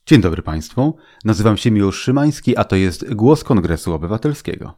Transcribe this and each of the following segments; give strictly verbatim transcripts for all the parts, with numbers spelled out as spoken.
Dzień dobry Państwu, nazywam się Miłosz Szymański, a to jest Głos Kongresu Obywatelskiego.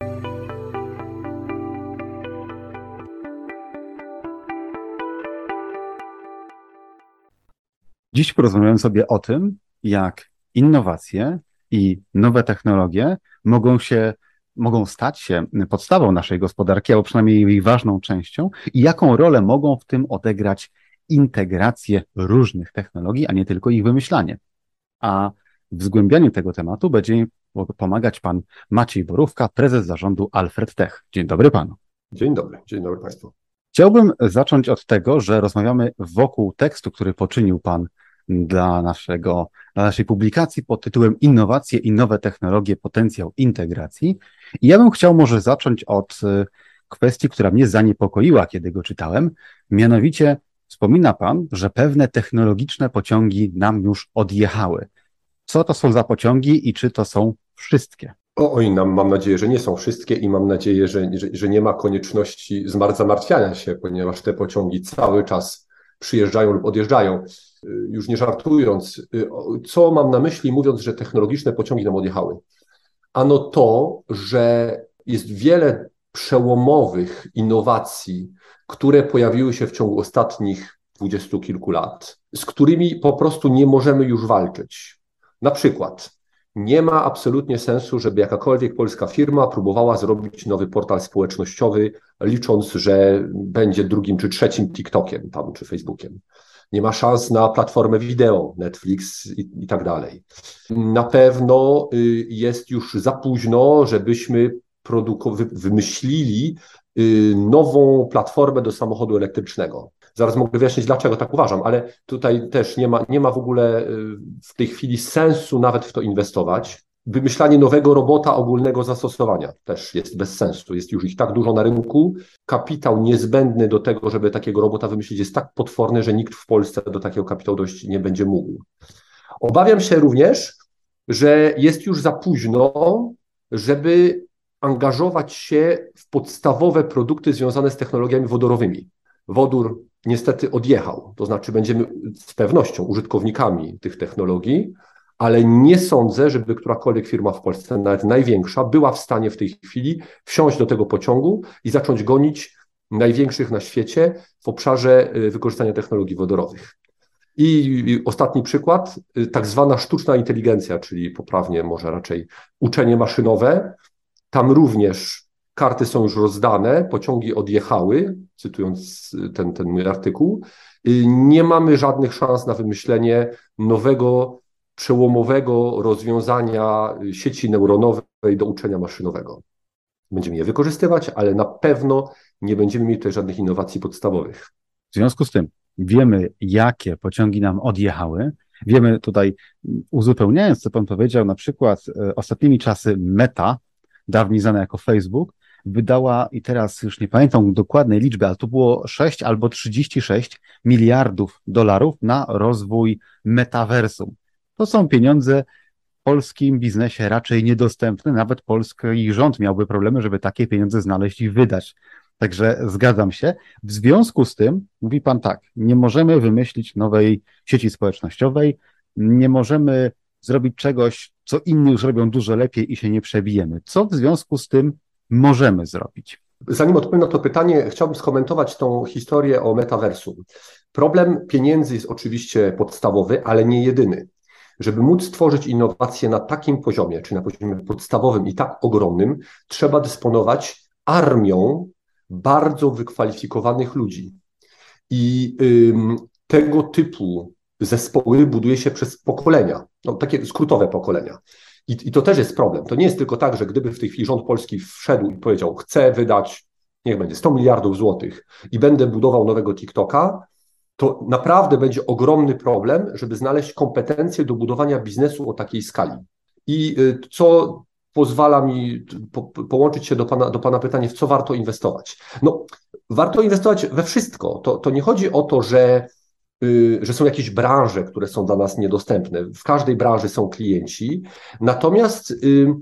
Dziś porozmawiamy sobie o tym, jak innowacje i nowe technologie mogą się, mogą stać się podstawą naszej gospodarki, albo przynajmniej jej ważną częścią i jaką rolę mogą w tym odegrać integracje różnych technologii, a nie tylko ich wymyślanie. A w zgłębianiu tego tematu będzie mi pomagać pan Maciej Borówka, prezes zarządu Alfred Tech. Dzień dobry panu. Dzień dobry, dzień dobry państwu. Chciałbym zacząć od tego, że rozmawiamy wokół tekstu, który poczynił pan dla, naszego, dla naszej publikacji pod tytułem Innowacje i nowe technologie, potencjał integracji. I ja bym chciał może zacząć od kwestii, która mnie zaniepokoiła, kiedy go czytałem, mianowicie wspomina pan, że pewne technologiczne pociągi nam już odjechały. Co to są za pociągi i czy to są wszystkie? O, oj, nam, mam nadzieję, że nie są wszystkie i mam nadzieję, że, że, że nie ma konieczności zamartwiania się, ponieważ te pociągi cały czas przyjeżdżają lub odjeżdżają. Już nie żartując, co mam na myśli, mówiąc, że technologiczne pociągi nam odjechały? Ano to, że jest wiele przełomowych innowacji, które pojawiły się w ciągu ostatnich dwudziestu kilku lat, z którymi po prostu nie możemy już walczyć. Na przykład nie ma absolutnie sensu, żeby jakakolwiek polska firma próbowała zrobić nowy portal społecznościowy, licząc, że będzie drugim czy trzecim TikTokiem tam, czy Facebookiem. Nie ma szans na platformę wideo, Netflix i, i tak dalej. Na pewno jest już za późno, żebyśmy produku- wymyślili nową platformę do samochodu elektrycznego. Zaraz mogę wyjaśnić, dlaczego tak uważam, ale tutaj też nie ma, nie ma w ogóle w tej chwili sensu nawet w to inwestować. Wymyślanie nowego robota ogólnego zastosowania też jest bez sensu. Jest już ich tak dużo na rynku. Kapitał niezbędny do tego, żeby takiego robota wymyślić, jest tak potworny, że nikt w Polsce do takiego kapitału dojść nie będzie mógł. Obawiam się również, że jest już za późno, żeby angażować się w podstawowe produkty związane z technologiami wodorowymi. Wodór niestety odjechał, to znaczy będziemy z pewnością użytkownikami tych technologii, ale nie sądzę, żeby którakolwiek firma w Polsce, nawet największa, była w stanie w tej chwili wsiąść do tego pociągu i zacząć gonić największych na świecie w obszarze wykorzystania technologii wodorowych. I ostatni przykład, tak zwana sztuczna inteligencja, czyli poprawnie może raczej uczenie maszynowe. Tam również karty są już rozdane, pociągi odjechały, cytując ten, ten mój artykuł. Nie mamy żadnych szans na wymyślenie nowego, przełomowego rozwiązania sieci neuronowej do uczenia maszynowego. Będziemy je wykorzystywać, ale na pewno nie będziemy mieli tutaj żadnych innowacji podstawowych. W związku z tym wiemy, jakie pociągi nam odjechały. Wiemy tutaj, uzupełniając, co pan powiedział, na przykład ostatnimi czasy Meta, dawniej znana jako Facebook, wydała, i teraz już nie pamiętam dokładnej liczby, ale to było sześć albo trzydzieści sześć miliardów dolarów na rozwój metaversum. To są pieniądze w polskim biznesie raczej niedostępne, nawet polski rząd miałby problemy, żeby takie pieniądze znaleźć i wydać. Także zgadzam się. W związku z tym, mówi pan tak, nie możemy wymyślić nowej sieci społecznościowej, nie możemy zrobić czegoś, co inni już robią dużo lepiej i się nie przebijemy. Co w związku z tym możemy zrobić? Zanim odpowiem na to pytanie, chciałbym skomentować tą historię o metaversum. Problem pieniędzy jest oczywiście podstawowy, ale nie jedyny. Żeby móc stworzyć innowacje na takim poziomie, czy na poziomie podstawowym i tak ogromnym, trzeba dysponować armią bardzo wykwalifikowanych ludzi. I ym, tego typu zespoły buduje się przez pokolenia, no, takie skrótowe pokolenia. I, I to też jest problem. To nie jest tylko tak, że gdyby w tej chwili rząd polski wszedł i powiedział, chcę wydać, niech będzie sto miliardów złotych i będę budował nowego TikToka, to naprawdę będzie ogromny problem, żeby znaleźć kompetencje do budowania biznesu o takiej skali. I co pozwala mi po, połączyć się do pana, do pana pytania, w co warto inwestować. No, warto inwestować we wszystko. To, to nie chodzi o to, że że są jakieś branże, które są dla nas niedostępne. W każdej branży są klienci. Natomiast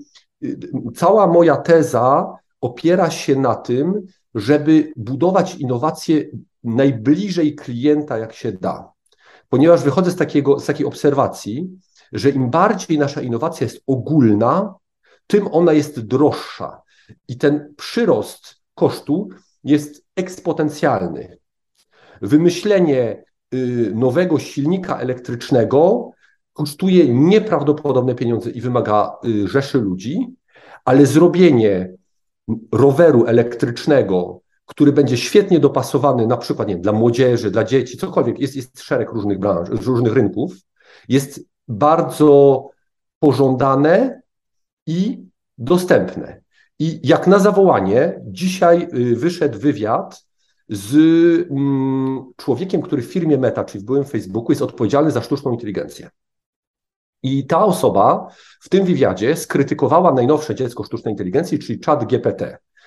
cała moja teza opiera się na tym, żeby budować innowacje najbliżej klienta, jak się da. Ponieważ wychodzę z takiego, z takiej obserwacji, że im bardziej nasza innowacja jest ogólna, tym ona jest droższa. I ten przyrost kosztu jest eksponencjalny. Wymyślenie nowego silnika elektrycznego kosztuje nieprawdopodobne pieniądze i wymaga rzeszy ludzi, ale zrobienie roweru elektrycznego, który będzie świetnie dopasowany na przykład nie wiem, dla młodzieży, dla dzieci, cokolwiek, jest, jest szereg różnych branż, różnych rynków, jest bardzo pożądane i dostępne. I jak na zawołanie, dzisiaj wyszedł wywiad z mm, człowiekiem, który w firmie Meta, czyli w byłym Facebooku, jest odpowiedzialny za sztuczną inteligencję. I ta osoba w tym wywiadzie skrytykowała najnowsze dziecko sztucznej inteligencji, czyli ChatGPT.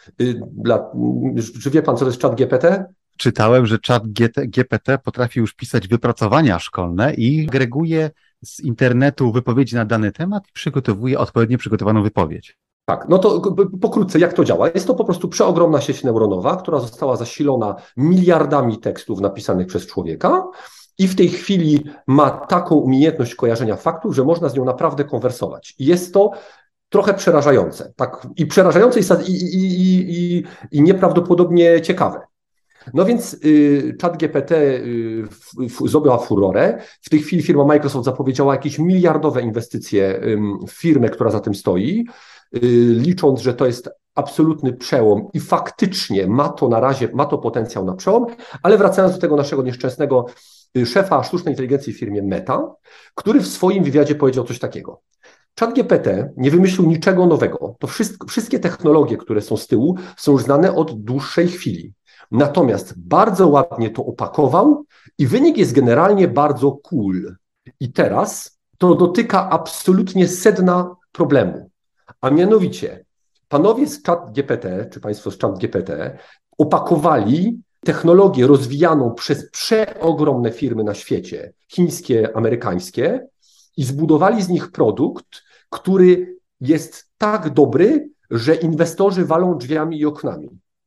Dla, czy wie pan, co to jest ChatGPT? Czytałem, że ChatGPT potrafi już pisać wypracowania szkolne i agreguje z internetu wypowiedzi na dany temat i przygotowuje odpowiednio przygotowaną wypowiedź. Tak, no to pokrótce jak to działa? Jest to po prostu przeogromna sieć neuronowa, która została zasilona miliardami tekstów napisanych przez człowieka i w tej chwili ma taką umiejętność kojarzenia faktów, że można z nią naprawdę konwersować. I jest to trochę przerażające. Tak, i przerażające i, i, i, i, i nieprawdopodobnie ciekawe. No więc y, ChatGPT y, zrobiła furorę. W tej chwili firma Microsoft zapowiedziała jakieś miliardowe inwestycje y, w firmę, która za tym stoi, y, licząc, że to jest absolutny przełom i faktycznie ma to na razie, ma to potencjał na przełom, ale wracając do tego naszego nieszczęsnego y, szefa sztucznej inteligencji w firmie Meta, który w swoim wywiadzie powiedział coś takiego. ChatGPT nie wymyślił niczego nowego. To wszystko, wszystkie technologie, które są z tyłu, są już znane od dłuższej chwili. Natomiast bardzo ładnie to opakował i wynik jest generalnie bardzo cool. I teraz to dotyka absolutnie sedna problemu. A mianowicie panowie z ChatGPT, czy państwo z ChatGPT, opakowali technologię rozwijaną przez przeogromne firmy na świecie, chińskie, amerykańskie, i zbudowali z nich produkt, który jest tak dobry, że inwestorzy walą drzwiami i oknami.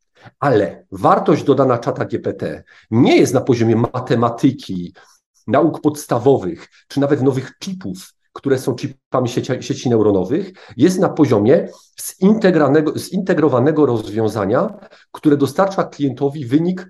Ale wartość dodana czata G P T nie jest na poziomie matematyki, nauk podstawowych, czy nawet nowych chipów, które są chipami sieci, sieci neuronowych, jest na poziomie zintegrowanego rozwiązania, które dostarcza klientowi wynik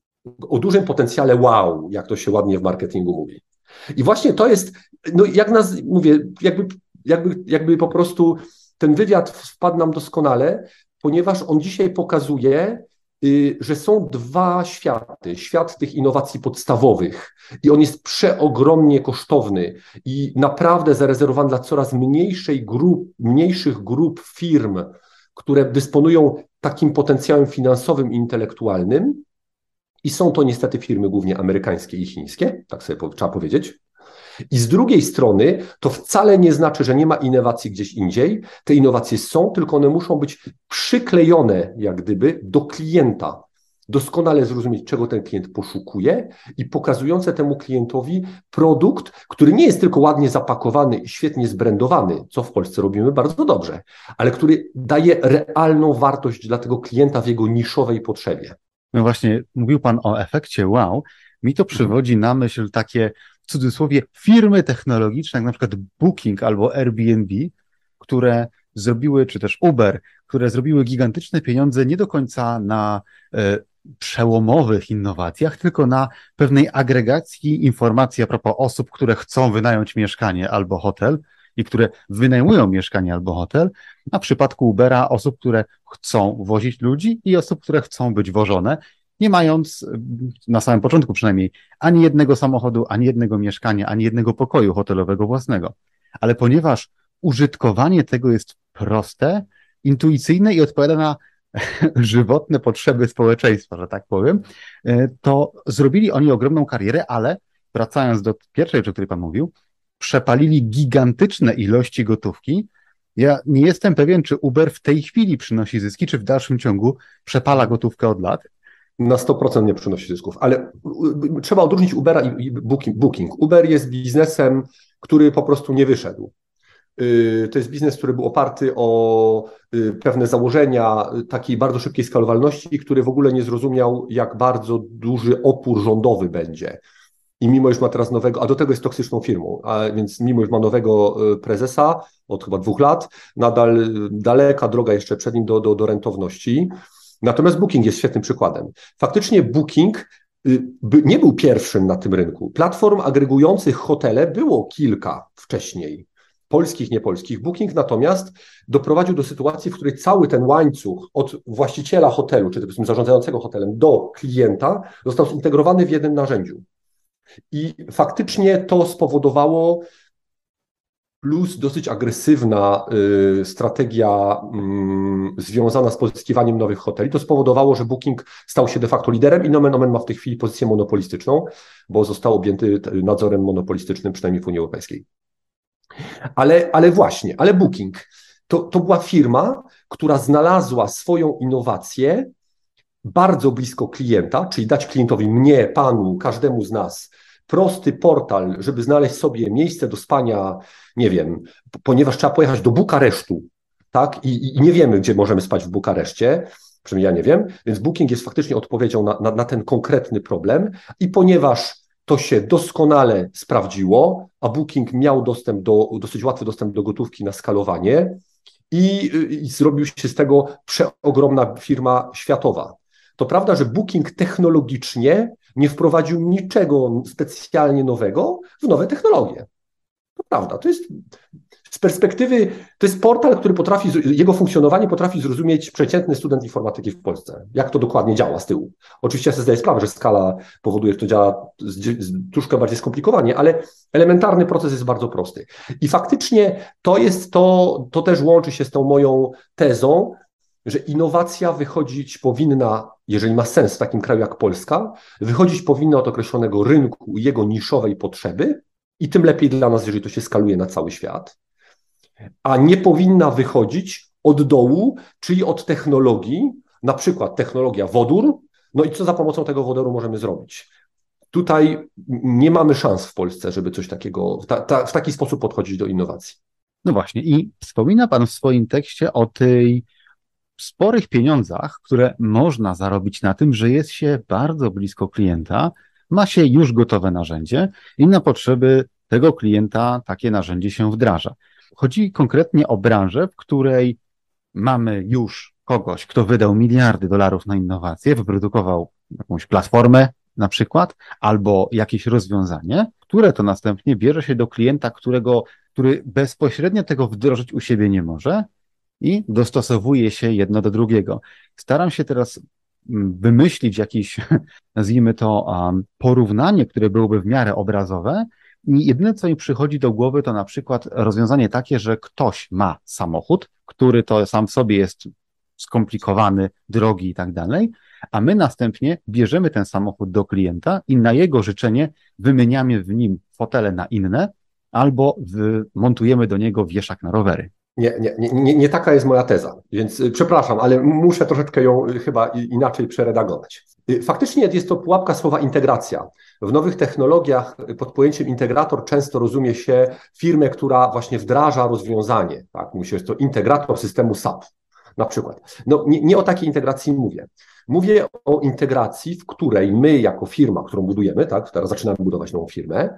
o dużym potencjale wow, jak to się ładnie w marketingu mówi. I właśnie to jest, no jak nas, mówię, jakby, jakby, jakby po prostu ten wywiad wpadł nam doskonale, ponieważ on dzisiaj pokazuje, y, że są dwa światy. Świat tych innowacji podstawowych i on jest przeogromnie kosztowny i naprawdę zarezerwowany dla coraz mniejszej grup, mniejszych grup firm, które dysponują takim potencjałem finansowym i intelektualnym. I są to niestety firmy głównie amerykańskie i chińskie, tak sobie trzeba powiedzieć. I z drugiej strony to wcale nie znaczy, że nie ma innowacji gdzieś indziej. Te innowacje są, tylko one muszą być przyklejone jak gdyby do klienta. Doskonale zrozumieć, czego ten klient poszukuje i pokazujące temu klientowi produkt, który nie jest tylko ładnie zapakowany i świetnie zbrandowany, co w Polsce robimy bardzo dobrze, ale który daje realną wartość dla tego klienta w jego niszowej potrzebie. No właśnie, mówił Pan o efekcie wow. Mi to przywodzi na myśl takie, w cudzysłowie, firmy technologiczne, jak na przykład Booking albo Airbnb, które zrobiły, czy też Uber, które zrobiły gigantyczne pieniądze nie do końca na e, przełomowych innowacjach, tylko na pewnej agregacji informacji a propos osób, które chcą wynająć mieszkanie albo hotel i które wynajmują mieszkanie albo hotel, a w przypadku Ubera osób, które chcą wozić ludzi i osób, które chcą być wożone, nie mając na samym początku przynajmniej ani jednego samochodu, ani jednego mieszkania, ani jednego pokoju hotelowego własnego. Ale ponieważ użytkowanie tego jest proste, intuicyjne i odpowiada na żywotne potrzeby społeczeństwa, że tak powiem, to zrobili oni ogromną karierę, ale wracając do pierwszej rzeczy, o której Pan mówił, przepalili gigantyczne ilości gotówki. Ja nie jestem pewien, czy Uber w tej chwili przynosi zyski, czy w dalszym ciągu przepala gotówkę od lat. Na sto procent nie przynosi zysków, ale trzeba odróżnić Ubera i Booking. Uber jest biznesem, który po prostu nie wyszedł. To jest biznes, który był oparty o pewne założenia takiej bardzo szybkiej skalowalności i który w ogóle nie zrozumiał, jak bardzo duży opór rządowy będzie. i mimo już ma teraz nowego, a do tego jest toksyczną firmą, a więc mimo już ma nowego prezesa od chyba dwóch lat, nadal daleka droga jeszcze przed nim do, do, do rentowności. Natomiast Booking jest świetnym przykładem. Faktycznie Booking nie był pierwszym na tym rynku. Platform agregujących hotele było kilka wcześniej, polskich, niepolskich. Booking natomiast doprowadził do sytuacji, w której cały ten łańcuch od właściciela hotelu, czy powiedzmy zarządzającego hotelem do klienta został zintegrowany w jednym narzędziu. I faktycznie to spowodowało, plus dosyć agresywna y, strategia y, związana z pozyskiwaniem nowych hoteli, to spowodowało, że Booking stał się de facto liderem i nomen omen ma w tej chwili pozycję monopolistyczną, bo został objęty nadzorem monopolistycznym, przynajmniej w Unii Europejskiej. Ale, ale właśnie, ale Booking to, to była firma, która znalazła swoją innowację bardzo blisko klienta, czyli dać klientowi, mnie, panu, każdemu z nas, prosty portal, żeby znaleźć sobie miejsce do spania, nie wiem, ponieważ trzeba pojechać do Bukaresztu, tak? I, i nie wiemy, gdzie możemy spać w Bukareszcie, przynajmniej ja nie wiem, więc Booking jest faktycznie odpowiedzią na, na, na ten konkretny problem i ponieważ to się doskonale sprawdziło, a Booking miał dostęp do, dosyć łatwy dostęp do gotówki na skalowanie i, i zrobił się z tego przeogromna firma światowa. To prawda, że Booking technologicznie nie wprowadził niczego specjalnie nowego w nowe technologie. To prawda, to jest z perspektywy, to jest portal, który potrafi, jego funkcjonowanie potrafi zrozumieć przeciętny student informatyki w Polsce. Jak to dokładnie działa z tyłu. Oczywiście ja sobie zdaję sprawę, że skala powoduje, że to działa troszkę bardziej skomplikowanie, ale elementarny proces jest bardzo prosty. I faktycznie to jest to, to też łączy się z tą moją tezą, że innowacja wychodzić powinna, jeżeli ma sens w takim kraju jak Polska, wychodzić powinna od określonego rynku i jego niszowej potrzeby i tym lepiej dla nas, jeżeli to się skaluje na cały świat, a nie powinna wychodzić od dołu, czyli od technologii, na przykład technologia wodór, no i co za pomocą tego wodoru możemy zrobić. Tutaj nie mamy szans w Polsce, żeby coś takiego, w, ta, ta, w taki sposób podchodzić do innowacji. No właśnie i wspomina Pan w swoim tekście o tej sporych pieniądzach, które można zarobić na tym, że jest się bardzo blisko klienta, ma się już gotowe narzędzie i na potrzeby tego klienta takie narzędzie się wdraża. Chodzi konkretnie o branżę, w której mamy już kogoś, kto wydał miliardy dolarów na innowacje, wyprodukował jakąś platformę na przykład, albo jakieś rozwiązanie, które to następnie bierze się do klienta, którego, który bezpośrednio tego wdrożyć u siebie nie może, i dostosowuje się jedno do drugiego. Staram się teraz wymyślić jakieś, nazwijmy to, um, porównanie, które byłoby w miarę obrazowe i jedyne, co mi przychodzi do głowy, to na przykład rozwiązanie takie, że ktoś ma samochód, który to sam w sobie jest skomplikowany, drogi i tak dalej, a my następnie bierzemy ten samochód do klienta i na jego życzenie wymieniamy w nim fotele na inne albo montujemy do niego wieszak na rowery. Nie, nie, nie, nie taka jest moja teza, więc przepraszam, ale muszę troszeczkę ją chyba inaczej przeredagować. Faktycznie jest to pułapka słowa integracja. W nowych technologiach pod pojęciem integrator często rozumie się firmę, która właśnie wdraża rozwiązanie. Tak? Mówi się, że to integrator systemu S A P na przykład. No, nie, nie o takiej integracji mówię. Mówię o integracji, w której my jako firma, którą budujemy, tak, teraz zaczynamy budować nową firmę,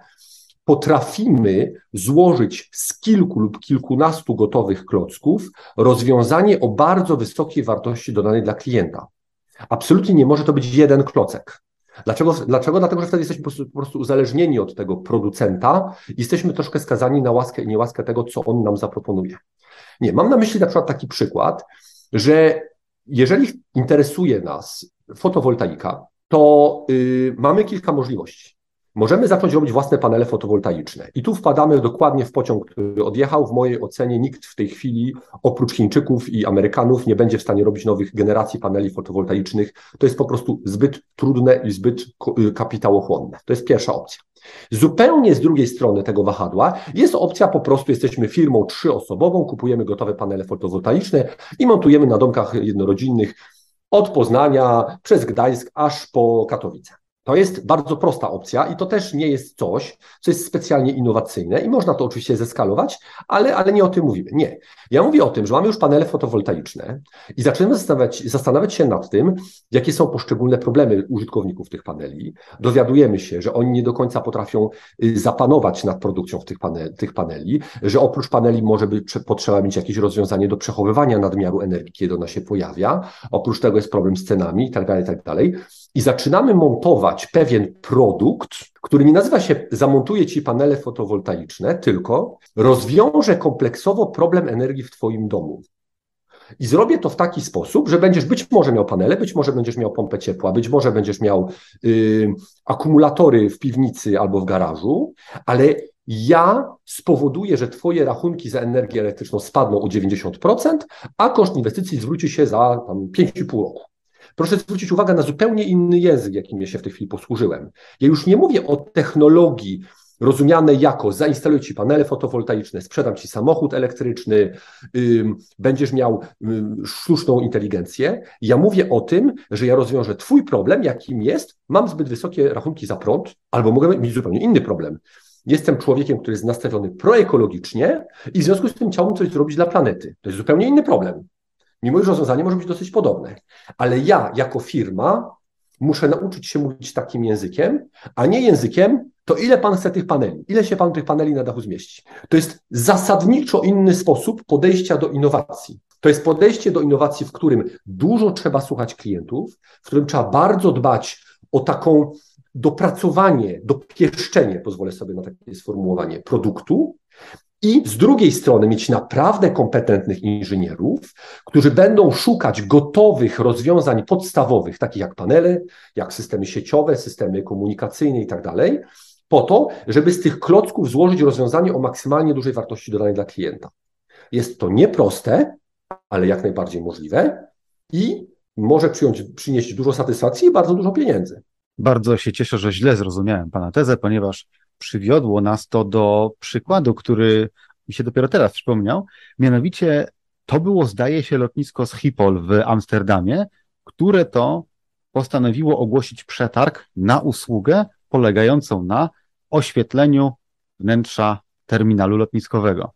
potrafimy złożyć z kilku lub kilkunastu gotowych klocków rozwiązanie o bardzo wysokiej wartości dodanej dla klienta. Absolutnie nie może to być jeden klocek. Dlaczego? Dlaczego? Dlatego, że wtedy jesteśmy po prostu, po prostu uzależnieni od tego producenta i jesteśmy troszkę skazani na łaskę i niełaskę tego, co on nam zaproponuje. Nie, mam na myśli na przykład taki przykład, że jeżeli interesuje nas fotowoltaika, to yy, mamy kilka możliwości. Możemy zacząć robić własne panele fotowoltaiczne. I tu wpadamy dokładnie w pociąg, który odjechał. W mojej ocenie nikt w tej chwili, oprócz Chińczyków i Amerykanów, nie będzie w stanie robić nowych generacji paneli fotowoltaicznych. To jest po prostu zbyt trudne i zbyt kapitałochłonne. To jest pierwsza opcja. Zupełnie z drugiej strony tego wahadła jest opcja, po prostu jesteśmy firmą trzyosobową, kupujemy gotowe panele fotowoltaiczne i montujemy na domkach jednorodzinnych od Poznania przez Gdańsk aż po Katowice. To jest bardzo prosta opcja i to też nie jest coś, co jest specjalnie innowacyjne i można to oczywiście zeskalować, ale, ale nie o tym mówimy. Nie. Ja mówię o tym, że mamy już panele fotowoltaiczne i zaczynamy zastanawiać, zastanawiać się nad tym, jakie są poszczególne problemy użytkowników tych paneli. Dowiadujemy się, że oni nie do końca potrafią zapanować nad produkcją tych, panel, tych paneli, że oprócz paneli może być potrzeba mieć jakieś rozwiązanie do przechowywania nadmiaru energii, kiedy ona się pojawia. Oprócz tego jest problem z cenami i tak dalej, i tak dalej. I zaczynamy montować pewien produkt, który nie nazywa się zamontuję ci panele fotowoltaiczne, tylko rozwiążę kompleksowo problem energii w twoim domu. I zrobię to w taki sposób, że będziesz być może miał panele, być może będziesz miał pompę ciepła, być może będziesz miał y, akumulatory w piwnicy albo w garażu, ale ja spowoduję, że twoje rachunki za energię elektryczną spadną o dziewięćdziesiąt procent, a koszt inwestycji zwróci się za tam, pięć i pół roku. Proszę zwrócić uwagę na zupełnie inny język, jakim ja się w tej chwili posłużyłem. Ja już nie mówię o technologii rozumianej jako zainstaluję ci panele fotowoltaiczne, sprzedam ci samochód elektryczny, yy, będziesz miał yy, sztuczną inteligencję. Ja mówię o tym, że ja rozwiążę twój problem, jakim jest, mam zbyt wysokie rachunki za prąd, albo mogę mieć zupełnie inny problem. Jestem człowiekiem, który jest nastawiony proekologicznie i w związku z tym chciałbym coś zrobić dla planety. To jest zupełnie inny problem. Mimo że rozwiązanie może być dosyć podobne. Ale ja jako firma muszę nauczyć się mówić takim językiem, a nie językiem, to ile pan chce tych paneli, ile się pan tych paneli na dachu zmieści. To jest zasadniczo inny sposób podejścia do innowacji. To jest podejście do innowacji, w którym dużo trzeba słuchać klientów, w którym trzeba bardzo dbać o taką dopracowanie, dopieszczenie, pozwolę sobie na takie sformułowanie, produktu. I z drugiej strony mieć naprawdę kompetentnych inżynierów, którzy będą szukać gotowych rozwiązań podstawowych, takich jak panele, jak systemy sieciowe, systemy komunikacyjne i tak dalej, po to, żeby z tych klocków złożyć rozwiązanie o maksymalnie dużej wartości dodanej dla klienta. Jest to nieproste, ale jak najbardziej możliwe i może przyjąć, przynieść dużo satysfakcji i bardzo dużo pieniędzy. Bardzo się cieszę, że źle zrozumiałem pana tezę, ponieważ przywiodło nas to do przykładu, który mi się dopiero teraz przypomniał. Mianowicie to było, zdaje się, lotnisko Schiphol w Amsterdamie, które to postanowiło ogłosić przetarg na usługę polegającą na oświetleniu wnętrza terminalu lotniskowego.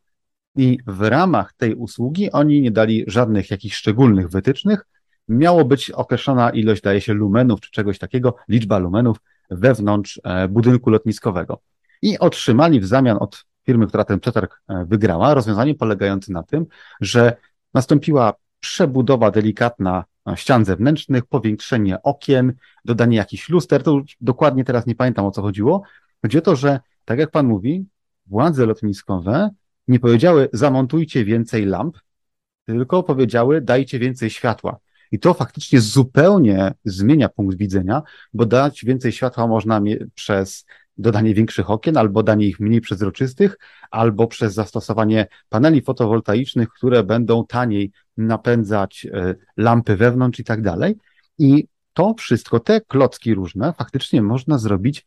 I w ramach tej usługi oni nie dali żadnych jakichś szczególnych wytycznych. Miało być określona ilość, daje się, lumenów czy czegoś takiego, liczba lumenów wewnątrz budynku lotniskowego. I otrzymali w zamian od firmy, która ten przetarg wygrała, rozwiązanie polegające na tym, że nastąpiła przebudowa delikatna ścian zewnętrznych, powiększenie okien, dodanie jakichś luster. To już dokładnie teraz nie pamiętam, o co chodziło. Chodzi o to, że tak jak pan mówi, władze lotniskowe nie powiedziały zamontujcie więcej lamp, tylko powiedziały dajcie więcej światła. I to faktycznie zupełnie zmienia punkt widzenia, bo dać więcej światła można przez dodanie większych okien, albo danie ich mniej przezroczystych, albo przez zastosowanie paneli fotowoltaicznych, które będą taniej napędzać lampy wewnątrz i tak dalej. I to wszystko, te klocki różne faktycznie można zrobić,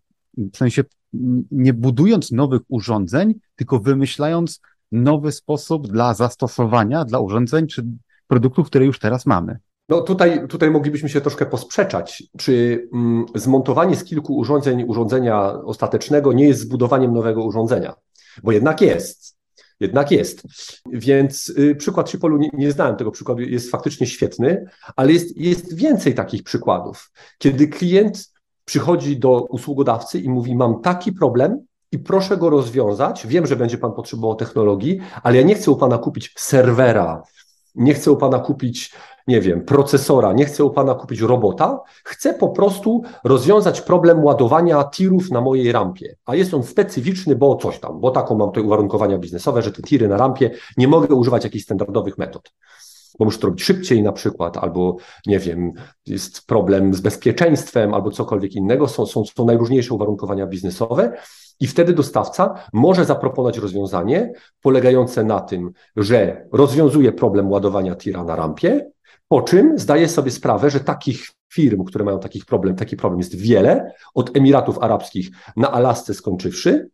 w sensie nie budując nowych urządzeń, tylko wymyślając nowy sposób dla zastosowania, dla urządzeń czy produktów, które już teraz mamy. No tutaj, tutaj moglibyśmy się troszkę posprzeczać, czy mm, zmontowanie z kilku urządzeń urządzenia ostatecznego nie jest zbudowaniem nowego urządzenia, bo jednak jest, jednak jest. Więc y, przykład Schipholu, nie, nie znałem tego przykładu, jest faktycznie świetny, ale jest, jest więcej takich przykładów, kiedy klient przychodzi do usługodawcy i mówi mam taki problem i proszę go rozwiązać, wiem, że będzie pan potrzebował technologii, ale ja nie chcę u pana kupić serwera, nie chcę u pana kupić, nie wiem, procesora, nie chcę u pana kupić robota, chcę po prostu rozwiązać problem ładowania tirów na mojej rampie, a jest on specyficzny, bo coś tam, bo taką mam tutaj uwarunkowania biznesowe, że te tiry na rampie nie mogę używać jakichś standardowych metod, bo muszę to robić szybciej na przykład, albo nie wiem, jest problem z bezpieczeństwem, albo cokolwiek innego, są, są, są najróżniejsze uwarunkowania biznesowe. I wtedy dostawca może zaproponować rozwiązanie polegające na tym, że rozwiązuje problem ładowania tira na rampie, po czym zdaje sobie sprawę, że takich firm, które mają takich problem, taki problem jest wiele, od Emiratów Arabskich na Alasce skończywszy,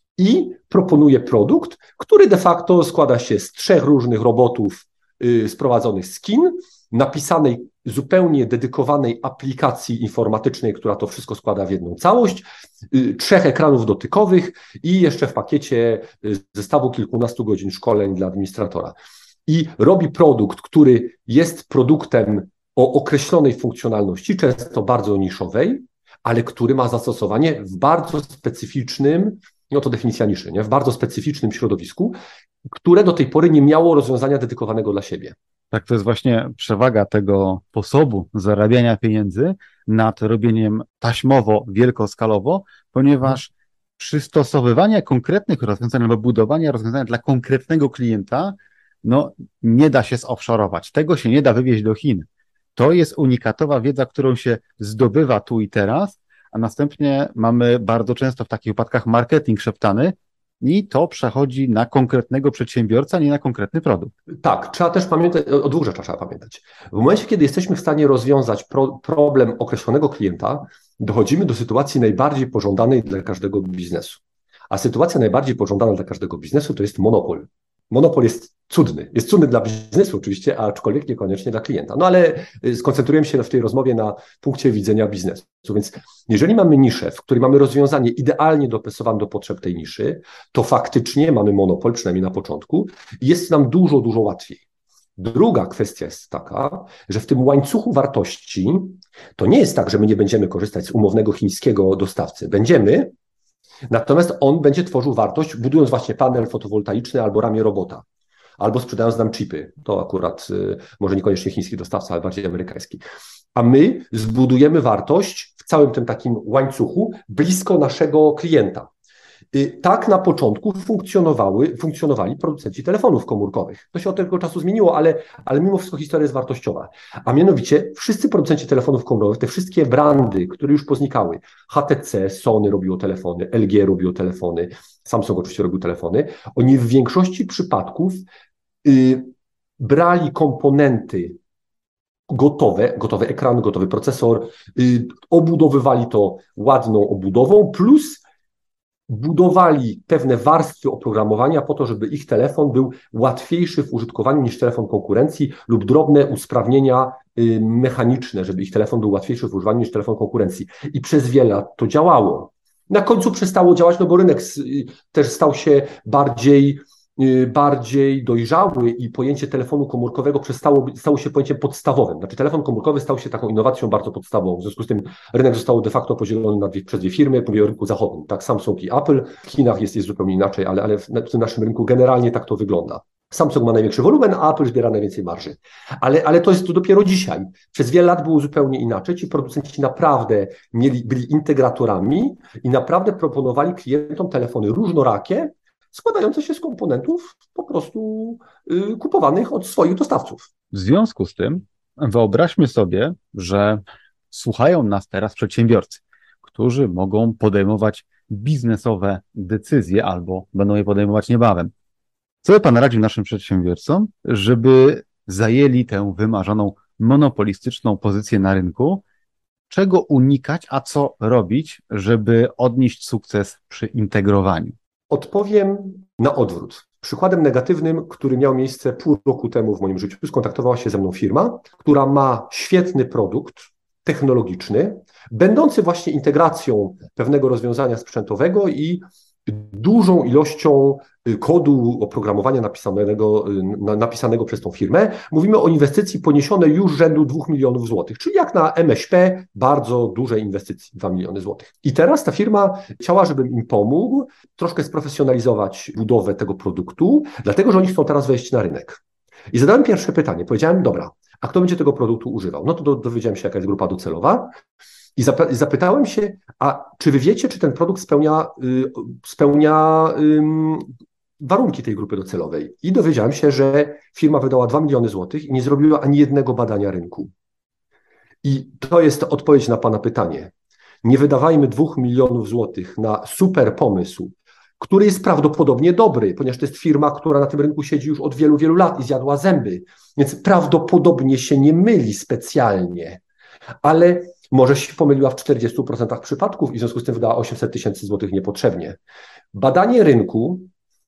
i proponuje produkt, który de facto składa się z trzech różnych robotów yy, sprowadzonych z Chin, napisanej zupełnie dedykowanej aplikacji informatycznej, która to wszystko składa w jedną całość, trzech ekranów dotykowych i jeszcze w pakiecie zestawu kilkunastu godzin szkoleń dla administratora. I robi produkt, który jest produktem o określonej funkcjonalności, często bardzo niszowej, ale który ma zastosowanie w bardzo specyficznym, no to definicja niszy, nie? W bardzo specyficznym środowisku, które do tej pory nie miało rozwiązania dedykowanego dla siebie. Tak, to jest właśnie przewaga tego sposobu zarabiania pieniędzy nad robieniem taśmowo, wielkoskalowo, ponieważ przystosowywanie konkretnych rozwiązań albo budowanie rozwiązania dla konkretnego klienta, no nie da się zoffshorować. Tego się nie da wywieźć do Chin. To jest unikatowa wiedza, którą się zdobywa tu i teraz, a następnie mamy bardzo często w takich wypadkach marketing szeptany i to przechodzi na konkretnego przedsiębiorcę, a nie na konkretny produkt. Tak, trzeba też pamiętać, o dwóch rzeczach trzeba pamiętać. W momencie, kiedy jesteśmy w stanie rozwiązać pro, problem określonego klienta, dochodzimy do sytuacji najbardziej pożądanej dla każdego biznesu. A sytuacja najbardziej pożądana dla każdego biznesu to jest monopol. Monopol jest cudny. Jest cudny dla biznesu oczywiście, aczkolwiek niekoniecznie dla klienta. No ale skoncentrujemy się w tej rozmowie na punkcie widzenia biznesu. Więc jeżeli mamy niszę, w której mamy rozwiązanie idealnie dopasowane do potrzeb tej niszy, to faktycznie mamy monopol, przynajmniej na początku, i jest nam dużo, dużo łatwiej. Druga kwestia jest taka, że w tym łańcuchu wartości to nie jest tak, że my nie będziemy korzystać z umownego chińskiego dostawcy. Będziemy, natomiast on będzie tworzył wartość, budując właśnie panel fotowoltaiczny albo ramię robota, albo sprzedając nam chipy. To akurat y, może niekoniecznie chiński dostawca, ale bardziej amerykański. A my zbudujemy wartość w całym tym takim łańcuchu blisko naszego klienta. Y, tak na początku funkcjonowały, funkcjonowali producenci telefonów komórkowych. To się od tego czasu zmieniło, ale, ale mimo wszystko historia jest wartościowa. A mianowicie wszyscy producenci telefonów komórkowych, te wszystkie brandy, które już poznikały, H T C, Sony robiło telefony, L G robiło telefony, Samsung oczywiście robił telefony, oni w większości przypadków y, brali komponenty gotowe, gotowy ekran, gotowy procesor, y, obudowywali to ładną obudową, plus budowali pewne warstwy oprogramowania po to, żeby ich telefon był łatwiejszy w użytkowaniu niż telefon konkurencji lub drobne usprawnienia y, mechaniczne, żeby ich telefon był łatwiejszy w używaniu niż telefon konkurencji. I przez wiele lat to działało. Na końcu przestało działać, no bo rynek y, też stał się bardziej bardziej dojrzały i pojęcie telefonu komórkowego przestało, stało się pojęciem podstawowym. Znaczy telefon komórkowy stał się taką innowacją bardzo podstawową. W związku z tym rynek został de facto podzielony na dwie, przez dwie firmy, mówię o rynku zachodnim, tak, Samsung i Apple. W Chinach jest, jest zupełnie inaczej, ale, ale w, w tym naszym rynku generalnie tak to wygląda. Samsung ma największy wolumen, a Apple zbiera najwięcej marży. Ale, ale to jest to dopiero dzisiaj. Przez wiele lat było zupełnie inaczej. Ci producenci naprawdę mieli, byli integratorami i naprawdę proponowali klientom telefony różnorakie, składające się z komponentów po prostu y, kupowanych od swoich dostawców. W związku z tym wyobraźmy sobie, że słuchają nas teraz przedsiębiorcy, którzy mogą podejmować biznesowe decyzje albo będą je podejmować niebawem. Co by Pan radził naszym przedsiębiorcom, żeby zajęli tę wymarzoną monopolistyczną pozycję na rynku? Czego unikać, a co robić, żeby odnieść sukces przy integrowaniu? Odpowiem na odwrót. Przykładem negatywnym, który miał miejsce pół roku temu w moim życiu, skontaktowała się ze mną firma, która ma świetny produkt technologiczny, będący właśnie integracją pewnego rozwiązania sprzętowego i dużą ilością kodu oprogramowania napisanego, napisanego przez tą firmę. Mówimy o inwestycji poniesionej już rzędu dwóch milionów złotych, czyli jak na M S P bardzo duże inwestycji, dwa miliony złotych. I teraz ta firma chciała, żebym im pomógł troszkę sprofesjonalizować budowę tego produktu, dlatego że oni chcą teraz wejść na rynek. I zadałem pierwsze pytanie. Powiedziałem, dobra, a kto będzie tego produktu używał? No to dowiedziałem się, jaka jest grupa docelowa. I zapytałem się, a czy wy wiecie, czy ten produkt spełnia, y, spełnia y, warunki tej grupy docelowej? I dowiedziałem się, że firma wydała dwa miliony złotych i nie zrobiła ani jednego badania rynku. I to jest odpowiedź na Pana pytanie. Nie wydawajmy dwóch milionów złotych na super pomysł, który jest prawdopodobnie dobry, ponieważ to jest firma, która na tym rynku siedzi już od wielu, wielu lat i zjadła zęby, więc prawdopodobnie się nie myli specjalnie, ale może się pomyliła w czterdziestu procentach przypadków i w związku z tym wydała osiemset tysięcy złotych niepotrzebnie. Badanie rynku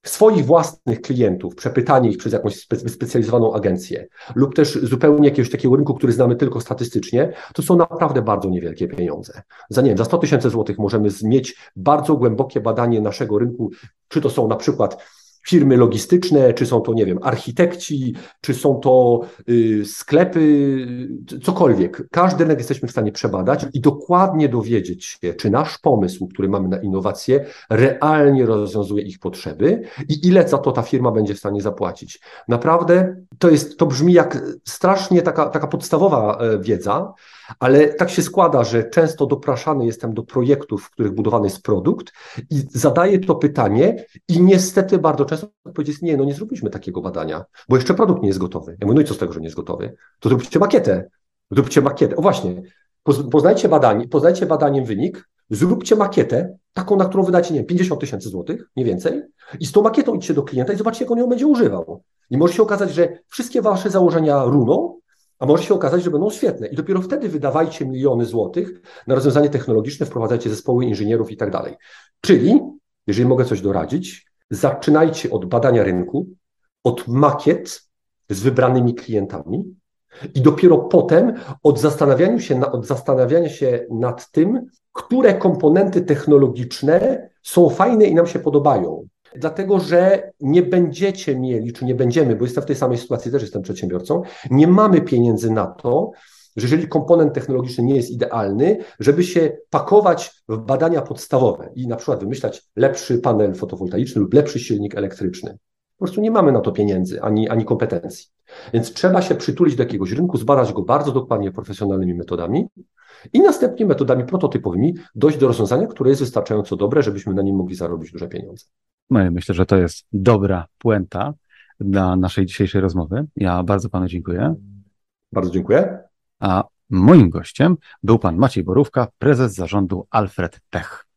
swoich własnych klientów, przepytanie ich przez jakąś spe- wyspecjalizowaną agencję lub też zupełnie jakiegoś takiego rynku, który znamy tylko statystycznie, to są naprawdę bardzo niewielkie pieniądze. Za, nie wiem, za sto tysięcy złotych możemy mieć bardzo głębokie badanie naszego rynku, czy to są na przykład firmy logistyczne, czy są to, nie wiem, architekci, czy są to y, sklepy, cokolwiek. Każdy rynek jesteśmy w stanie przebadać i dokładnie dowiedzieć się, czy nasz pomysł, który mamy na innowacje, realnie rozwiązuje ich potrzeby i ile za to ta firma będzie w stanie zapłacić. Naprawdę to jest, to brzmi jak strasznie taka, taka podstawowa wiedza, ale tak się składa, że często dopraszany jestem do projektów, w których budowany jest produkt i zadaję to pytanie i niestety bardzo często odpowiedź jest nie, no nie zrobiliśmy takiego badania, bo jeszcze produkt nie jest gotowy. Ja mówię, no i co z tego, że nie jest gotowy? To zróbcie makietę. Zróbcie makietę. O właśnie, poznajcie badanie, poznajcie badaniem wynik, zróbcie makietę, taką, na którą wydacie, nie wiem, pięćdziesiąt tysięcy złotych, mniej więcej, i z tą makietą idźcie do klienta i zobaczcie, jak on ją będzie używał. I może się okazać, że wszystkie wasze założenia runą, a może się okazać, że będą świetne. I dopiero wtedy wydawajcie miliony złotych na rozwiązanie technologiczne, wprowadzajcie zespoły inżynierów i tak dalej. Czyli, jeżeli mogę coś doradzić, zaczynajcie od badania rynku, od makiet z wybranymi klientami i dopiero potem od zastanawiania się, na, od zastanawiania się nad tym, które komponenty technologiczne są fajne i nam się podobają. Dlatego, że nie będziecie mieli, czy nie będziemy, bo jestem w tej samej sytuacji, też jestem przedsiębiorcą, nie mamy pieniędzy na to, że jeżeli komponent technologiczny nie jest idealny, żeby się pakować w badania podstawowe i na przykład wymyślać lepszy panel fotowoltaiczny lub lepszy silnik elektryczny. Po prostu nie mamy na to pieniędzy ani, ani kompetencji. Więc trzeba się przytulić do jakiegoś rynku, zbadać go bardzo dokładnie profesjonalnymi metodami i następnie metodami prototypowymi dojść do rozwiązania, które jest wystarczająco dobre, żebyśmy na nim mogli zarobić duże pieniądze. No i myślę, że to jest dobra puenta dla naszej dzisiejszej rozmowy. Ja bardzo panu dziękuję. Bardzo dziękuję. A moim gościem był pan Maciej Borówka, prezes zarządu Alfred Tech.